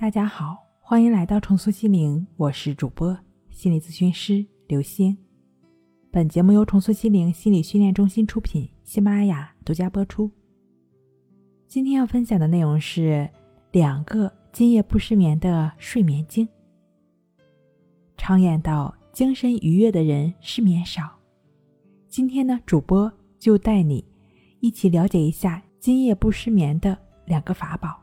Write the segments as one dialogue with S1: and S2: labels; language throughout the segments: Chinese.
S1: 大家好，欢迎来到重塑心灵，我是主播心理咨询师刘星。本节目由重塑心灵心理训练中心出品，喜马拉雅独家播出。今天要分享的内容是2个今夜不失眠的睡眠经。常言道，精神愉悦的人失眠少。今天呢，主播就带你一起了解一下今夜不失眠的2个法宝。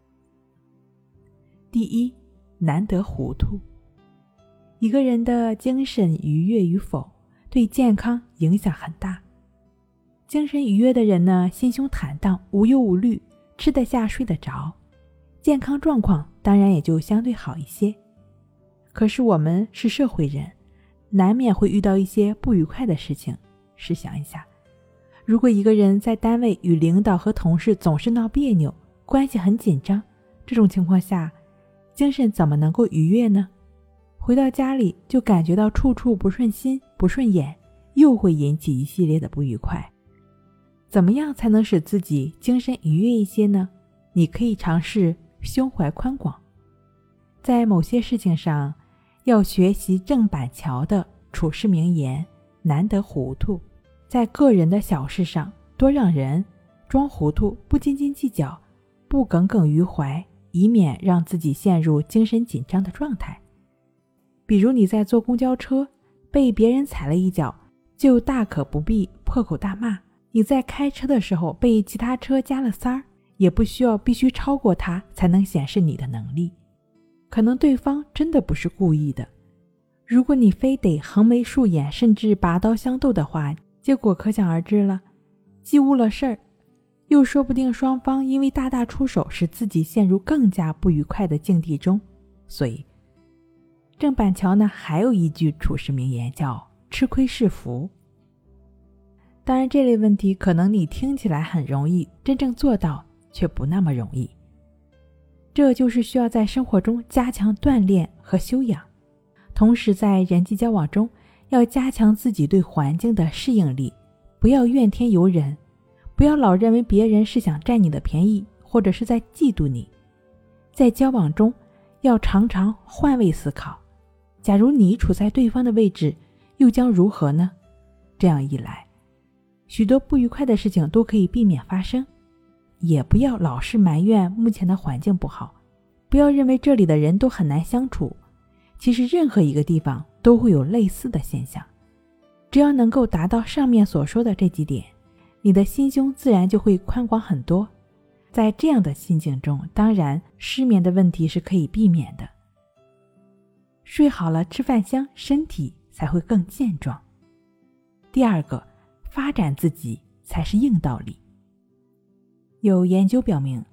S1: 第一，难得糊涂。一个人的精神愉悦与否，对健康影响很大。精神愉悦的人呢，心胸坦荡，无忧无虑，吃得下睡得着，健康状况当然也就相对好一些。可是我们是社会人，难免会遇到一些不愉快的事情。试想一下，如果一个人在单位与领导和同事总是闹别扭，关系很紧张，这种情况下精神怎么能够愉悦呢？回到家里就感觉到处处不顺心不顺眼，又会引起一系列的不愉快。怎么样才能使自己精神愉悦一些呢？你可以尝试胸怀宽广。在某些事情上要学习郑板桥的处世名言，难得糊涂。在个人的小事上多让人，装糊涂，不斤斤计较，不耿耿于怀，以免让自己陷入精神紧张的状态。比如你在坐公交车被别人踩了一脚，就大可不必破口大骂。你在开车的时候被其他车加了塞儿，也不需要必须超过他才能显示你的能力。可能对方真的不是故意的，如果你非得横眉竖眼甚至拔刀相斗的话，结果可想而知了，既误了事儿，又说不定双方因为大打出手使自己陷入更加不愉快的境地中。所以郑板桥呢还有一句处世名言叫吃亏是福。当然这类问题可能你听起来很容易，真正做到却不那么容易。这就是需要在生活中加强锻炼和修养，同时在人际交往中要加强自己对环境的适应力，不要怨天尤人，不要老认为别人是想占你的便宜，或者是在嫉妒你。在交往中要常常换位思考，假如你处在对方的位置，又将如何呢？这样一来，许多不愉快的事情都可以避免发生。也不要老是埋怨目前的环境不好，不要认为这里的人都很难相处，其实任何一个地方都会有类似的现象。只要能够达到上面所说的这几点，你的心胸自然就会宽广很多。在这样的心境中，当然失眠的问题是可以避免的。睡好了，吃饭香，身体才会更健壮。第2个，发展自己才是硬道理。有研究表明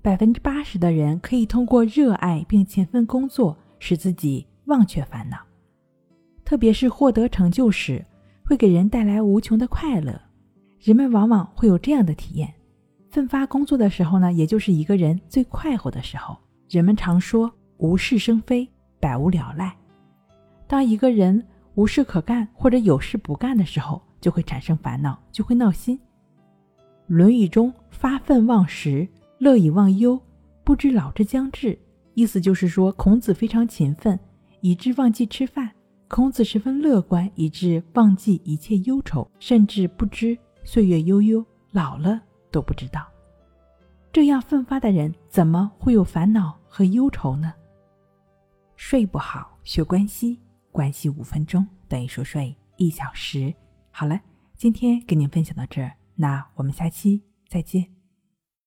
S1: ，80%的人可以通过热爱并勤奋工作使自己忘却烦恼，特别是获得成就时会给人带来无穷的快乐。人们往往会有这样的体验，奋发工作的时候呢，也就是一个人最快活的时候。人们常说无事生非，百无聊赖。当一个人无事可干或者有事不干的时候，就会产生烦恼，就会闹心。论语中发愤忘食，乐以忘忧，不知老之将至，意思就是说孔子非常勤奋，以致忘记吃饭。孔子十分乐观，以致忘记一切忧愁，甚至不知岁月悠悠，老了都不知道。这样奋发的人怎么会有烦恼和忧愁呢？睡不好学关系，关系5分钟等于熟睡1小时。好了，今天跟您分享到这儿，那我们下期再见。